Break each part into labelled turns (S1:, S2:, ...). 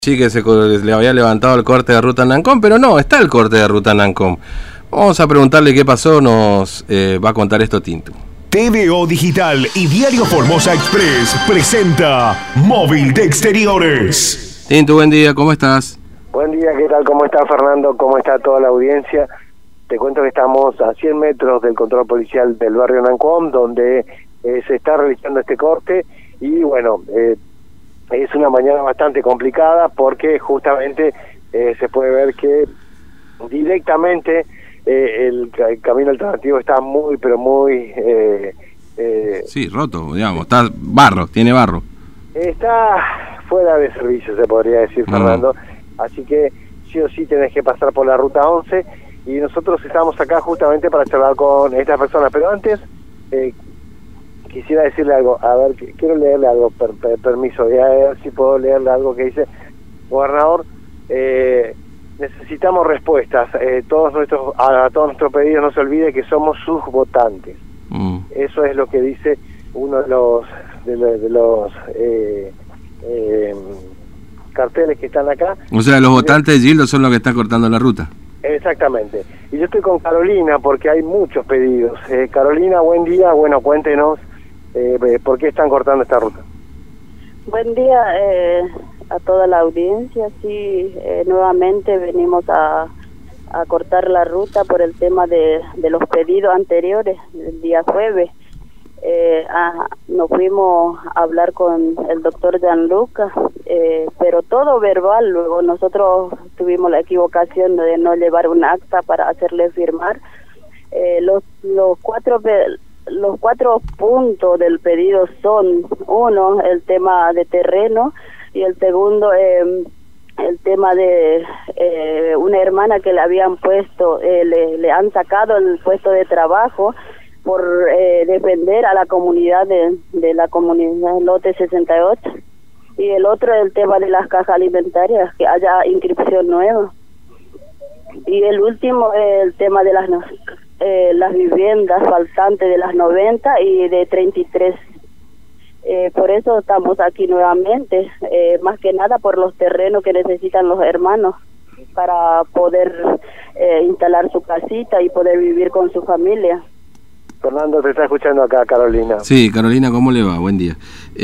S1: Sí, que le había levantado el corte de ruta en Nancón, pero no, está el corte de ruta en Nancón. Vamos a preguntarle qué pasó, nos va a contar esto Tintu.
S2: TVO Digital y Diario Formosa Express presenta Móvil de Exteriores.
S1: Tintu, buen día, ¿cómo estás?
S3: Buen día, ¿qué tal? ¿Cómo está Fernando? ¿Cómo está toda la audiencia? Te cuento que estamos a 100 metros del control policial del barrio Nancón, donde se está realizando este corte y bueno, es una mañana bastante complicada porque justamente se puede ver que directamente el camino alternativo está muy, pero muy...
S1: sí, roto, digamos, está barro, tiene barro.
S3: Está fuera de servicio, se podría decir, Fernando. Así que sí o sí tenés que pasar por la ruta 11 y nosotros estamos acá justamente para charlar con estas personas. Pero antes... quisiera decirle algo, a ver, quiero leerle algo, permiso, voy a ver si puedo leerle algo que dice: gobernador, necesitamos respuestas, a todos nuestros pedidos, no se olvide que somos sus votantes. Eso es lo que dice uno de los carteles que están acá. O sea,
S1: los votantes de Gildo son los que están cortando la ruta.
S3: Exactamente. Y yo estoy con Carolina porque hay muchos pedidos. Carolina, buen día, bueno, cuéntenos por qué están cortando esta ruta.
S4: Buen día a toda la audiencia. Sí, nuevamente venimos a cortar la ruta por el tema de los pedidos anteriores, el día jueves. Nos fuimos a hablar con el doctor Gianluca, pero todo verbal. Luego nosotros tuvimos la equivocación de no llevar un acta para hacerle firmar. Los cuatro puntos del pedido son: uno, el tema de terreno, y el segundo, el tema de una hermana que le habían puesto, le han sacado el puesto de trabajo por defender a la comunidad de la comunidad Lote 68. Y el otro es el tema de las cajas alimentarias, que haya inscripción nueva. Y el último es el tema de las viviendas faltantes de las 90 y de 33. Por eso estamos aquí nuevamente, más que nada por los terrenos que necesitan los hermanos para poder instalar su casita y poder vivir con su familia.
S3: Fernando, te está escuchando acá Carolina.
S1: Sí, Carolina, ¿cómo le va? Buen día.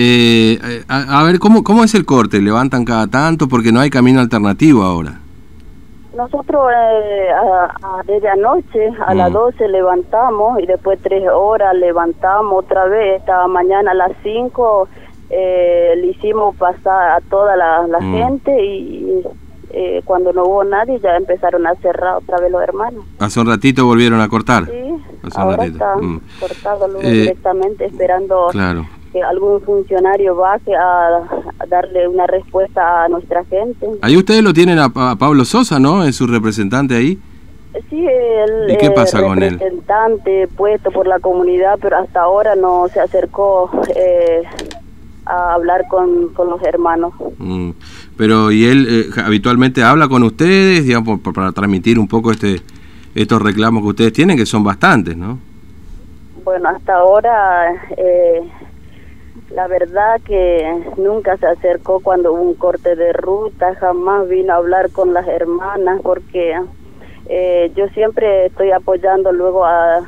S1: A ver, ¿cómo es el corte? ¿Levantan cada tanto? Porque no hay camino alternativo ahora.
S4: Nosotros desde anoche a las 12 levantamos y después 3 horas levantamos otra vez. Esta mañana a las 5 le hicimos pasar a toda la gente y cuando no hubo nadie ya empezaron a cerrar otra vez los hermanos.
S1: Hace un ratito volvieron a cortar.
S4: Sí, ahora está cortado luego directamente esperando que algún funcionario baje a darle una respuesta a nuestra gente.
S1: Ahí ustedes lo tienen a Pablo Sosa, ¿no? Es su representante ahí.
S4: Sí, el
S1: ¿Y qué pasa con él?
S4: Representante puesto por la comunidad, pero hasta ahora no se acercó a hablar con los hermanos.
S1: Pero, ¿y él habitualmente habla con ustedes, digamos, para transmitir un poco estos reclamos que ustedes tienen, que son bastantes, ¿no?
S4: Bueno, hasta ahora la verdad que nunca se acercó cuando hubo un corte de ruta, jamás vino a hablar con las hermanas, porque yo siempre estoy apoyando luego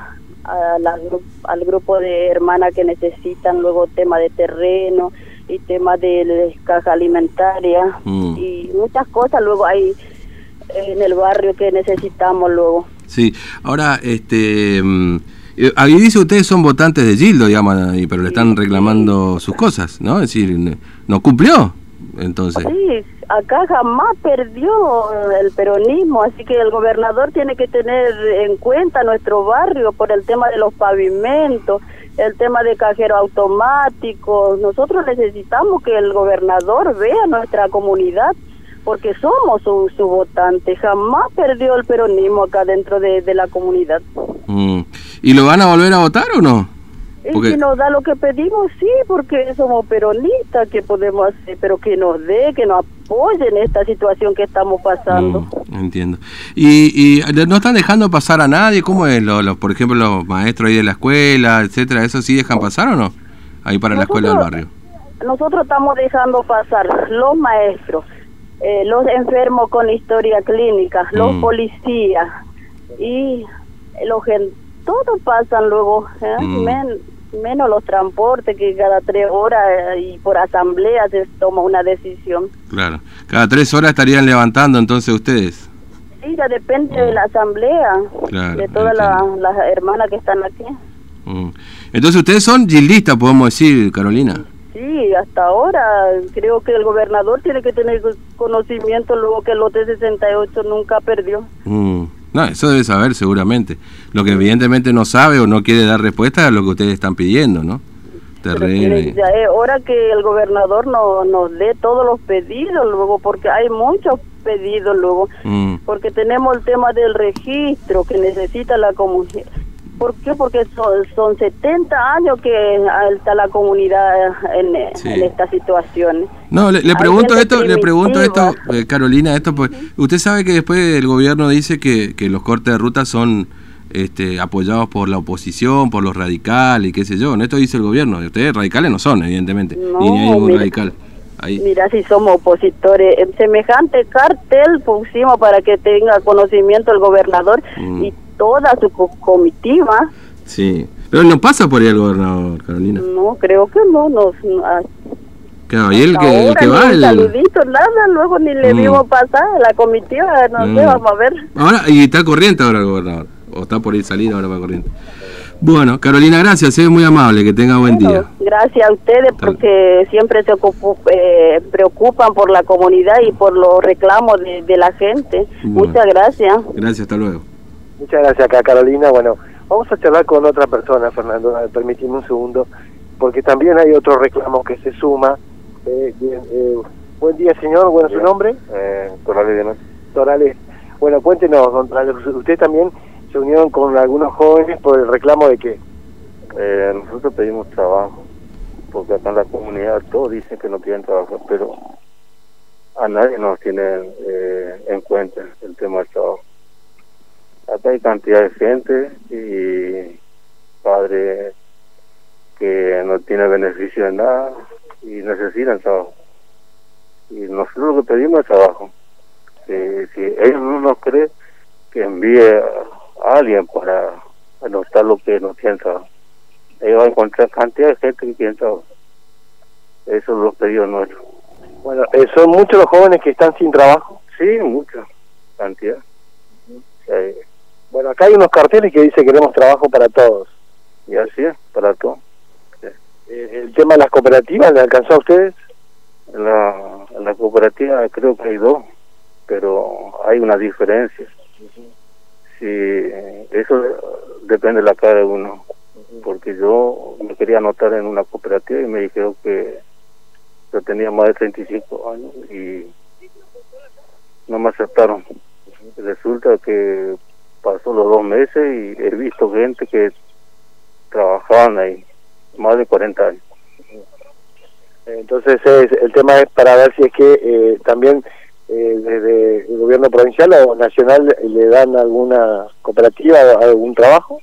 S4: al grupo de hermanas que necesitan luego tema de terreno y tema de caja alimentaria y muchas cosas luego hay en el barrio que necesitamos luego. Sí,
S1: ahora ahí dice ustedes son votantes de Gildo, digamos, pero le están reclamando sus cosas, ¿no? Es decir, no cumplió, entonces.
S4: Sí, acá jamás perdió el peronismo, así que el gobernador tiene que tener en cuenta nuestro barrio por el tema de los pavimentos, el tema de cajero automático. Nosotros necesitamos que el gobernador vea nuestra comunidad, porque somos su votante. Jamás perdió el peronismo acá dentro de la comunidad.
S1: ¿Y lo van a volver a votar o no?
S4: Porque... Y si nos da lo que pedimos, sí, porque somos peronistas, que podemos hacer, pero que nos dé, que nos apoye en esta situación que estamos pasando.
S1: Entiendo. ¿Y no están dejando pasar a nadie? ¿Cómo es? Por ejemplo, los maestros ahí de la escuela, etcétera, ¿eso sí dejan pasar o no? Ahí para la escuela del barrio.
S4: Nosotros estamos dejando pasar los maestros, los enfermos con historia clínica, los policías y todos pasan luego, menos los transportes, que cada 3 horas y por asamblea se toma una decisión.
S1: Claro, cada 3 horas estarían levantando entonces ustedes.
S4: Sí, ya depende de la asamblea,
S1: claro,
S4: de todas las hermanas que están aquí.
S1: Entonces ustedes son gildistas, podemos decir, Carolina.
S4: Sí, hasta ahora creo que el gobernador tiene que tener conocimiento, luego que el lote 68 nunca perdió.
S1: No, eso debe saber seguramente. Lo que evidentemente no sabe o no quiere dar respuesta a lo que ustedes están pidiendo, ¿no?
S4: Ya es hora que el gobernador nos dé todos los pedidos luego, porque hay muchos pedidos luego, porque tenemos el tema del registro que necesita la comunidad. ¿Por qué? Porque son 70 años que está la comunidad en esta situación.
S1: No, le pregunto esto, Carolina, pues usted sabe que después el gobierno dice que los cortes de ruta son apoyados por la oposición, por los radicales y qué sé yo, ¿no? Esto dice el gobierno, y ustedes radicales no son, evidentemente, ni hay ningún radical. Ahí.
S4: Mira, si somos opositores, en semejante cartel pusimos para que tenga conocimiento el gobernador y toda su comitiva.
S1: Sí, pero él no pasa por ahí el gobernador, Carolina.
S4: No, creo que no.
S1: Claro, y él que va...
S4: el saludito, nada, luego ni le vimos pasar, la comitiva, no sé, vamos a ver.
S1: Ahora, y está corriente ahora el gobernador, o está por ir salir ahora para corriente. Bueno, Carolina, gracias, es muy amable, que tenga buen día.
S4: Gracias a ustedes porque siempre se preocupan por la comunidad y por los reclamos de la gente. Bueno. Muchas gracias.
S1: Gracias, hasta luego.
S3: Muchas gracias acá, Carolina. Bueno, vamos a charlar con otra persona, Fernando, permíteme un segundo, porque también hay otro reclamo que se suma. Buen día, señor, bueno, ¿su nombre?
S5: Torales.
S3: Torales. Bueno, cuéntenos, don Torales, usted también se unieron con algunos jóvenes por el reclamo de qué.
S5: Nosotros pedimos trabajo, porque acá en la comunidad todos dicen que no quieren trabajar, pero a nadie nos tiene en cuenta el tema del trabajo. Acá hay cantidad de gente y padres que no tienen beneficio de nada y necesitan trabajo. Y nosotros lo que pedimos es trabajo. Si ellos no nos creen, que envíe a alguien para anotar lo que no tienen trabajo. Ellos van a encontrar cantidad de gente que quieren trabajo. Eso es lo pedidos nuestros.
S3: Bueno, ¿son muchos los jóvenes que están sin trabajo?
S5: Sí, mucha cantidad.
S3: Bueno, acá hay unos carteles que dice queremos trabajo para todos.
S5: Y así es, para todos. Sí.
S3: ¿El tema de las cooperativas le alcanzó a ustedes?
S5: En la cooperativa creo que hay 2, pero hay una diferencia. Sí, eso depende de la cara de uno, porque yo me quería anotar en una cooperativa y me dijeron que yo tenía más de 35 años y no me aceptaron. Resulta que pasó los 2 meses y he visto gente que trabajaban ahí más de 40 años.
S3: Entonces el tema es para ver si es que también desde el gobierno provincial o nacional le dan alguna cooperativa, algún trabajo.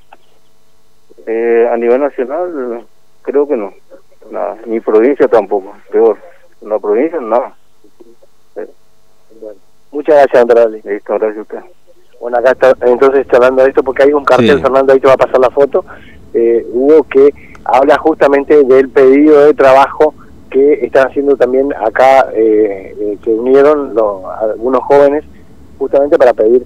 S5: A nivel nacional creo que no, nada, ni provincia tampoco, peor, en la provincia nada.
S3: Bueno, muchas gracias, Andrade.
S5: Listo, gracias a usted.
S3: Bueno, acá está entonces charlando de esto porque hay un cartel, sí. Fernando, ahí te va a pasar la foto, Hugo, que habla justamente del pedido de trabajo que están haciendo también acá, se unieron algunos jóvenes justamente para pedir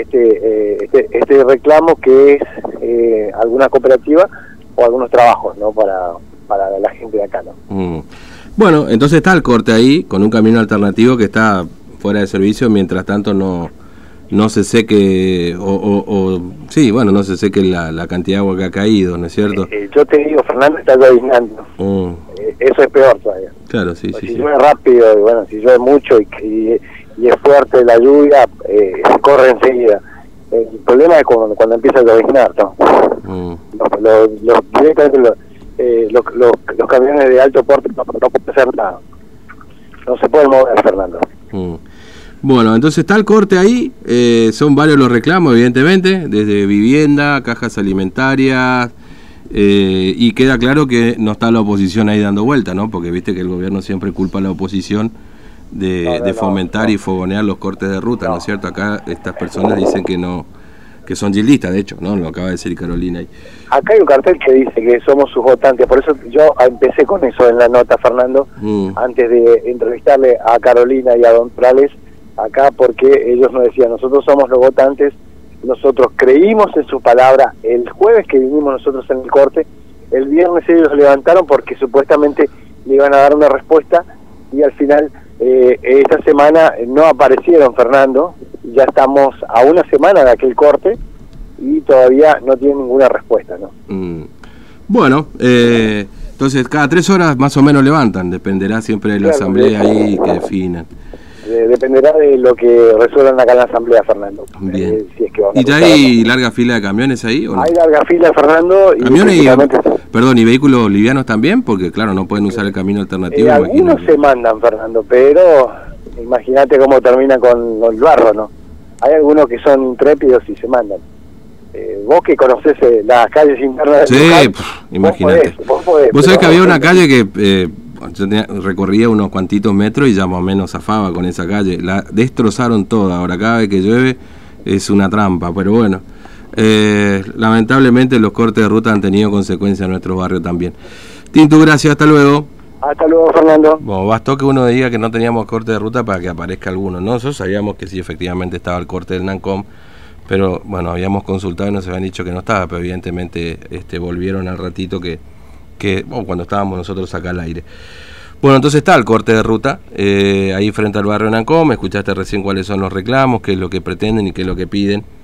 S3: este reclamo que es alguna cooperativa o algunos trabajos, ¿no? Para la gente de acá, ¿no?
S1: Bueno, entonces está el corte ahí con un camino alternativo que está fuera de servicio, mientras tanto no se seque sí, bueno, no se seque la cantidad de agua que ha caído, ¿no es cierto?
S3: Yo te digo, Fernando está lloviznando. Eso es peor todavía.
S1: Claro, sí,
S3: si llueve rápido, y bueno, si llueve mucho y es fuerte la lluvia, corre enseguida. El problema es cuando empieza a lloviznar, ¿no? Directamente los camiones de alto porte no pueden hacer nada. No se pueden mover, Fernando.
S1: Bueno, entonces está el corte ahí, son varios los reclamos, evidentemente, desde vivienda, cajas alimentarias, y queda claro que no está la oposición ahí dando vuelta, ¿no? Porque viste que el gobierno siempre culpa a la oposición de fomentar y fogonear los cortes de ruta, ¿no es cierto? Acá estas personas dicen que no, que son gildistas, de hecho, ¿no? Lo acaba de decir Carolina ahí.
S3: Acá hay un cartel que dice que somos sus votantes, por eso yo empecé con eso en la nota, Fernando, antes de entrevistarle a Carolina y a Don Prales, acá, porque ellos nos decían, nosotros somos los votantes, nosotros creímos en su palabra el jueves que vinimos nosotros en el corte, el viernes ellos se levantaron porque supuestamente le iban a dar una respuesta y al final esta semana no aparecieron, Fernando, ya estamos a una semana de aquel corte y todavía no tienen ninguna respuesta, ¿no?
S1: Bueno, entonces cada 3 horas más o menos levantan, dependerá siempre de la asamblea ahí que definan.
S3: Dependerá de lo que resuelvan acá en la asamblea, Fernando.
S1: Bien.
S3: Si es que
S1: ¿Y ya hay larga fila de camiones ahí o no?
S3: Hay larga fila, Fernando.
S1: ¿Camiones y vehículos livianos también? Porque claro, no pueden usar el camino alternativo.
S3: Algunos se mandan, Fernando, pero imagínate cómo termina con el barro, ¿no? Hay algunos que son intrépidos y se mandan. Vos que conocés las calles internas del lugar,
S1: imagínate. Vos sabés que había una calle que yo recorría unos cuantitos metros y ya más o menos zafaba con esa calle. La destrozaron toda. Ahora cada vez que llueve es una trampa, pero bueno, lamentablemente los cortes de ruta han tenido consecuencias en nuestros barrios también. Tintu, gracias, hasta luego.
S3: Hasta luego, Fernando.
S1: Bueno, bastó que uno diga que no teníamos corte de ruta para que aparezca alguno. Nosotros sabíamos que sí, efectivamente estaba el corte del NANCOM, pero bueno, habíamos consultado y nos habían dicho que no estaba, pero evidentemente volvieron al ratito cuando estábamos nosotros acá al aire. Bueno, entonces está el corte de ruta, ahí frente al barrio NANCOM. Escuchaste recién cuáles son los reclamos, qué es lo que pretenden y qué es lo que piden.